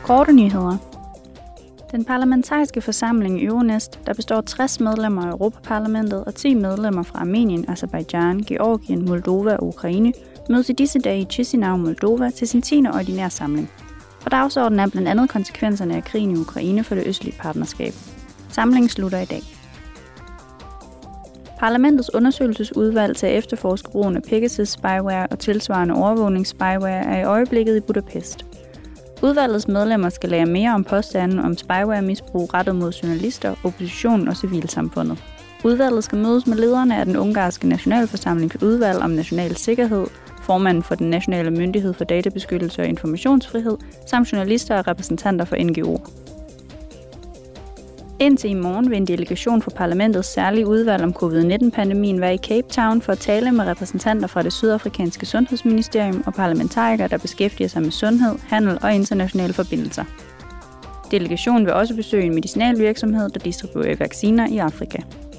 Korte nyheder. Den parlamentariske forsamling Euronest, der består af 60 medlemmer af Europaparlamentet og 10 medlemmer fra Armenien, Aserbajdsjan, Georgien, Moldova og Ukraine, mødes i disse dage i Chisinau, Moldova til sin 10. ordinære samling. På dagsordenen er blandt andet konsekvenserne af krigen i Ukraine for det østlige partnerskab. Samlingen slutter i dag. Parlamentets undersøgelsesudvalg til at efterforske brugen af Pegasus spyware og tilsvarende overvågningsspyware er i øjeblikket i Budapest. Udvalgets medlemmer skal lære mere om påstanden om spyware-misbrug rettet mod journalister, oppositionen og civilsamfundet. Udvalget skal mødes med lederne af den ungarske nationalforsamlings udvalg om national sikkerhed, formanden for den nationale myndighed for databeskyttelse og informationsfrihed, samt journalister og repræsentanter for NGO'er. Indtil i morgen vil en delegation fra parlamentets særlige udvalg om covid-19-pandemien være i Cape Town for at tale med repræsentanter fra det sydafrikanske sundhedsministerium og parlamentarikere, der beskæftiger sig med sundhed, handel og internationale forbindelser. Delegationen vil også besøge en medicinalvirksomhed, der distribuerer vacciner i Afrika.